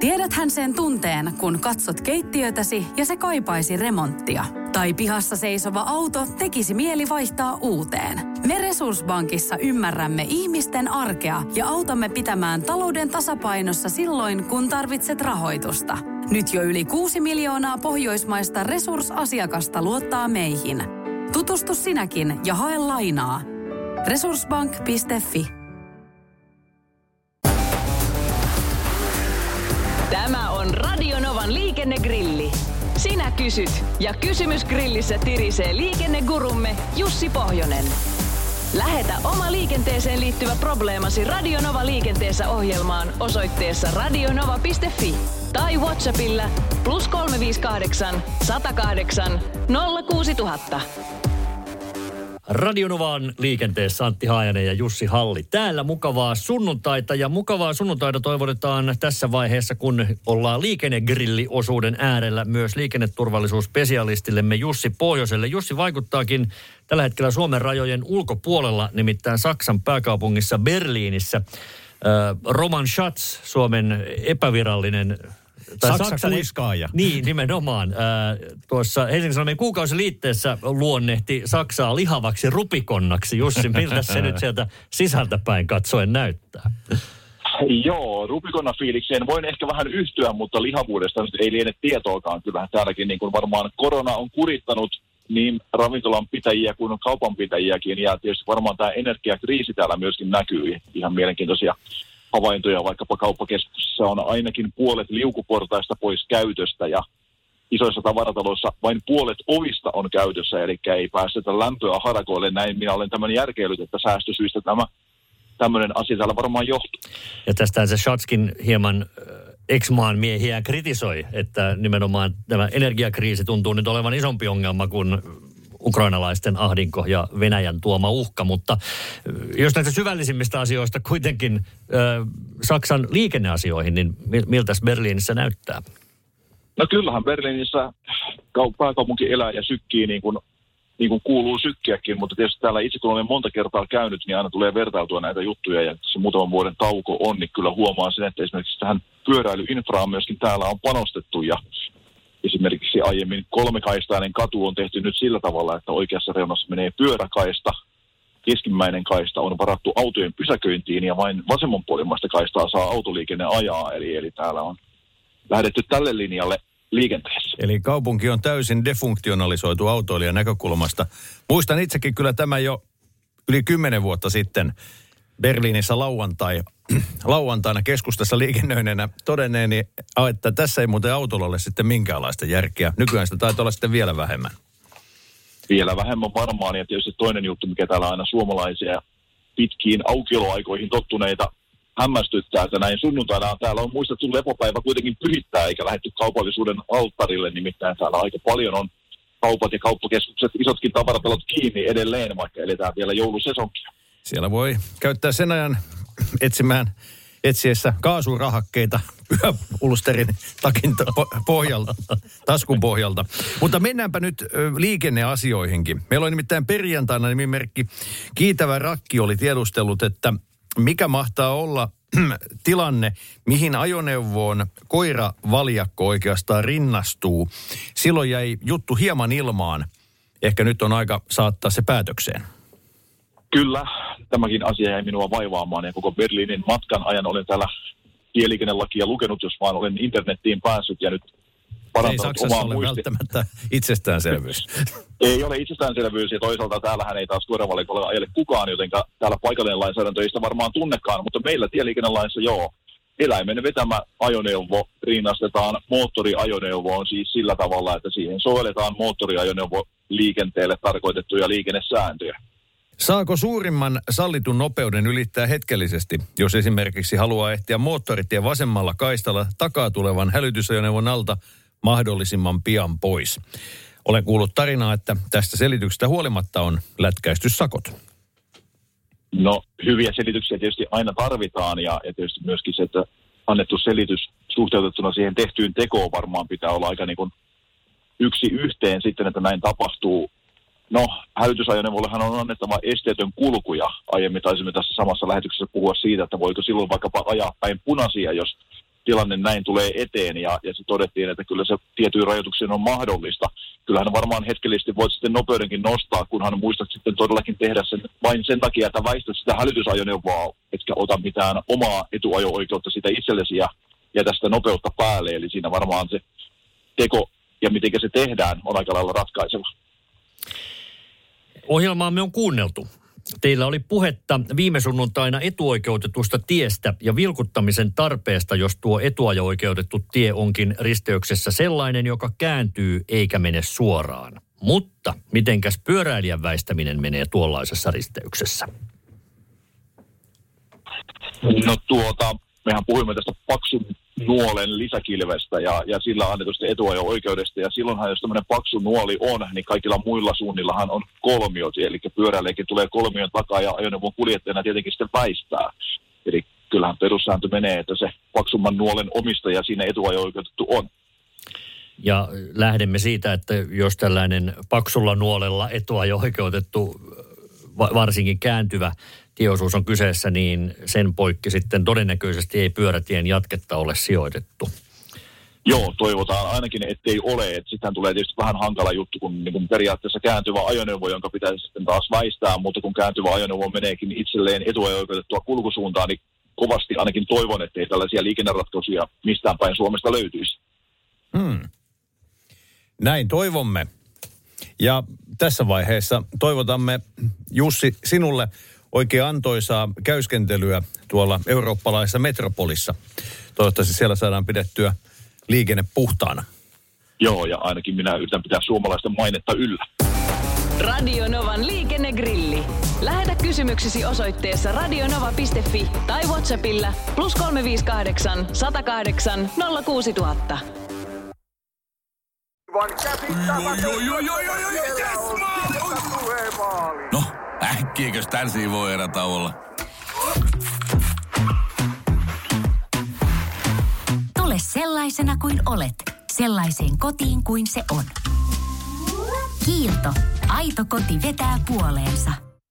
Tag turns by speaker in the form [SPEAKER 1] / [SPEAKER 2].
[SPEAKER 1] Tiedäthän sen tunteen, kun katsot keittiötäsi ja se kaipaisi remonttia. Tai pihassa seisova auto tekisi mieli vaihtaa uuteen. Me Resurssbankissa ymmärrämme ihmisten arkea ja autamme pitämään talouden tasapainossa silloin, kun tarvitset rahoitusta. Nyt jo yli 6 miljoonaa pohjoismaista resursasiakasta luottaa meihin. Tutustu sinäkin ja hae lainaa. Resurssbank.fi.
[SPEAKER 2] Tämä on Radio Novan liikennegrilli. Sinä kysyt ja kysymys grillissä tirisee liikennegurumme Jussi Pohjonen. Lähetä oma liikenteeseen liittyvä probleemasi Radio Nova liikenteessä ohjelmaan osoitteessa radionova.fi tai WhatsAppilla +358 108 06000.
[SPEAKER 3] Radio Novan liikenteessä Antti Haajanen ja Jussi Halli. Täällä mukavaa sunnuntaita ja mukavaa sunnuntaita toivotetaan tässä vaiheessa, kun ollaan liikennegrilliosuuden äärellä myös liikenneturvallisuusspesialistillemme Jussi Pohjoselle. Jussi vaikuttaakin tällä hetkellä Suomen rajojen ulkopuolella, nimittäin Saksan pääkaupungissa Berliinissä. Roman Schatz, Suomen epävirallinen
[SPEAKER 4] Saksan kuiskaaja.
[SPEAKER 3] Niin, nimenomaan. Tuossa Helsingin Sanomien kuukausiliitteessä luonnehti Saksaa lihavaksi rupikonnaksi. Jussi, miltä se nyt sieltä sisältäpäin katsoen näyttää?
[SPEAKER 5] Joo, rupikonna fiilikseen voin ehkä vähän yhtyä, mutta lihavuudesta nyt ei liene tietoakaan. Kyllähän täälläkin niin kuin varmaan korona on kurittanut niin ravintolan pitäjiä kuin kaupanpitäjiäkin. Ja tietysti varmaan tämä energiakriisi täällä myöskin näkyy. Ihan mielenkiintoisia havaintoja, vaikkapa kauppakeskuksessa on ainakin puolet liukuportaista pois käytöstä ja isoissa tavarataloissa vain puolet ovista on käytössä, eli ei päästetä lämpöä harakoille. Näin minä olen tämän järkeillyt, että säästösyistä tämmöinen asia täällä varmaan johtuu.
[SPEAKER 3] Ja tästä se Schatzkin hieman ex-maan miehiä kritisoi, että nimenomaan tämä energiakriisi tuntuu nyt olevan isompi ongelma kuin ukrainalaisten ahdinko ja Venäjän tuoma uhka, mutta jos näistä syvällisimmistä asioista kuitenkin Saksan liikenneasioihin, niin miltäs Berliinissä näyttää?
[SPEAKER 5] No kyllähän Berliinissä pääkaupunki elää ja sykkii niin kuin kuuluu sykkiäkin, mutta tietysti täällä itse kun olen monta kertaa käynyt, niin aina tulee vertailtua näitä juttuja ja se muutaman vuoden tauko on, niin kyllä huomaa sen, että esimerkiksi tähän pyöräilyinfraan myöskin täällä on panostettu ja esimerkiksi aiemmin 3-kaistainen katu on tehty nyt sillä tavalla, että oikeassa reunassa menee pyöräkaista, keskimmäinen kaista on varattu autojen pysäköintiin ja vain vasemmanpuolimmaista kaistaa saa autoliikenne ajaa. Eli täällä on lähdetty tälle linjalle liikenteessä.
[SPEAKER 4] Eli kaupunki on täysin defunktionalisoitu autoilijan näkökulmasta. Muistan itsekin kyllä tämä jo yli 10 vuotta sitten Berliinissä lauantaina keskustassa liikennöineenä todenneeni, että tässä ei muuten autolla ole sitten minkäänlaista järkeä. Nykyään sitä taitaa olla sitten vielä vähemmän.
[SPEAKER 5] Vielä vähemmän varmaan, ja tietysti toinen juttu, mikä täällä aina suomalaisia pitkiin aukioloaikoihin tottuneita hämmästyttää, että näin sunnuntaina täällä on muistettu lepopäivä kuitenkin pyhittää, eikä lähdetty kaupallisuuden alttarille, nimittäin täällä aika paljon on kaupat ja kauppakeskukset, isotkin tavaratalot kiinni edelleen, vaikka eletään vielä joulusesonkia.
[SPEAKER 4] Siellä voi käyttää sen ajan etsiessä kaasurahakkeita Ulsterin takin pohjalta, taskun pohjalta. Mutta mennäänpä nyt liikenneasioihinkin. Meillä on nimittäin perjantaina nimimerkki Kiitävä Rakki oli tiedustellut, että mikä mahtaa olla tilanne, mihin ajoneuvoon koiravaljakko oikeastaan rinnastuu. Silloin jäi juttu hieman ilmaan. Ehkä nyt on aika saattaa se päätökseen.
[SPEAKER 5] Kyllä, tämäkin asia jäi minua vaivaamaan ja koko Berliinin matkan ajan olen täällä tieliikennelakia lukenut, jos vaan olen internettiin päässyt ja nyt parantanut omaa muistia.
[SPEAKER 4] Ei Saksassa ole välttämättä itsestäänselvyys.
[SPEAKER 5] Ei ole itsestäänselvyys ja toisaalta täällähän ei taas koiravalikolla ajele kukaan, joten täällä paikallinen lainsäädäntö ei sitä varmaan tunnekaan, mutta meillä tieliikennelaissa joo. Eläimen vetämä ajoneuvo rinnastetaan moottoriajoneuvoon siis sillä tavalla, että siihen sovelletaan moottoriajoneuvo liikenteelle tarkoitettuja liikennesääntöjä.
[SPEAKER 4] Saako suurimman sallitun nopeuden ylittää hetkellisesti, jos esimerkiksi haluaa ehtiä moottoritien vasemmalla kaistalla takaa tulevan hälytysajoneuvon alta mahdollisimman pian pois? Olen kuullut tarinaa, että tästä selityksestä huolimatta on lätkäisty sakot.
[SPEAKER 5] No, hyviä selityksiä tietysti aina tarvitaan ja tietysti myöskin se, että annettu selitys suhteutettuna siihen tehtyyn tekoon varmaan pitää olla aika niin kuin yksi yhteen sitten, että näin tapahtuu. No, hälytysajoneuvollehan on annettava esteetön kulku ja aiemmin taisimme tässä samassa lähetyksessä puhua siitä, että voiko silloin vaikkapa ajaa päin punaisia, jos tilanne näin tulee eteen ja se todettiin, että kyllä se tietyin rajoituksiin on mahdollista. Kyllähän varmaan hetkellisesti voit sitten nopeudenkin nostaa, kunhan muistat sitten todellakin tehdä sen vain sen takia, että väistät sitä hälytysajoneuvoa, etkä ota mitään omaa etuajo-oikeutta sitä itsellesi ja jätä sitä nopeutta päälle. Eli siinä varmaan se teko ja miten se tehdään on aika lailla ratkaiseva.
[SPEAKER 3] Ohjelmaamme on kuunneltu. Teillä oli puhetta viime sunnuntaina etuoikeutetusta tiestä ja vilkuttamisen tarpeesta, jos tuo etuajo-oikeutettu tie onkin risteyksessä sellainen, joka kääntyy eikä mene suoraan. Mutta mitenkäs pyöräilijän väistäminen menee tuollaisessa risteyksessä?
[SPEAKER 5] No mehän puhuimme tästä paksun nuolen lisäkilvestä ja sillä annetusta etuajo-oikeudesta. Ja silloinhan, jos tämmöinen paksu nuoli on, niin kaikilla muilla suunnillahan on kolmiot. Eli pyöräilijäkin tulee kolmion takaa ja ajoneuvon kuljettajana tietenkin sitten väistää. Eli kyllähän perussääntö menee, että se paksumman nuolen omistaja siinä etuajo-oikeutettu on.
[SPEAKER 3] Ja lähdemme siitä, että jos tällainen paksulla nuolella etuajo-oikeutettu, varsinkin kääntyvä tieosuus on kyseessä, niin sen poikki sitten todennäköisesti ei pyörätien jatketta ole sijoitettu.
[SPEAKER 5] Joo, toivotaan ainakin, ettei ole. Sittenhän tulee tietysti vähän hankala juttu, kun niin periaatteessa kääntyvä ajoneuvo, jonka pitäisi sitten taas väistää, mutta kun kääntyvä ajoneuvo meneekin itselleen etuajo-oikeutettua kulkusuuntaan, niin kovasti ainakin toivon, ettei tällaisia liikenneratkaisuja mistään päin Suomesta löytyisi.
[SPEAKER 4] Näin toivomme. Ja tässä vaiheessa toivotamme, Jussi, sinulle oikein antoisaa käyskentelyä tuolla eurooppalaisessa metropolissa. Toivottavasti siellä saadaan pidettyä liikenne puhtaana.
[SPEAKER 5] Joo, ja ainakin minä yritän pitää suomalaisten mainetta yllä.
[SPEAKER 2] Radio Novan liikennegrilli. Lähetä kysymyksesi osoitteessa radionova.fi tai WhatsAppilla +358 108 06000.
[SPEAKER 6] No, äkkiäkös tän voi erätä olla?
[SPEAKER 7] Tule sellaisena kuin olet, sellaiseen kotiin kuin se on. Kiilto. Aito koti vetää puoleensa.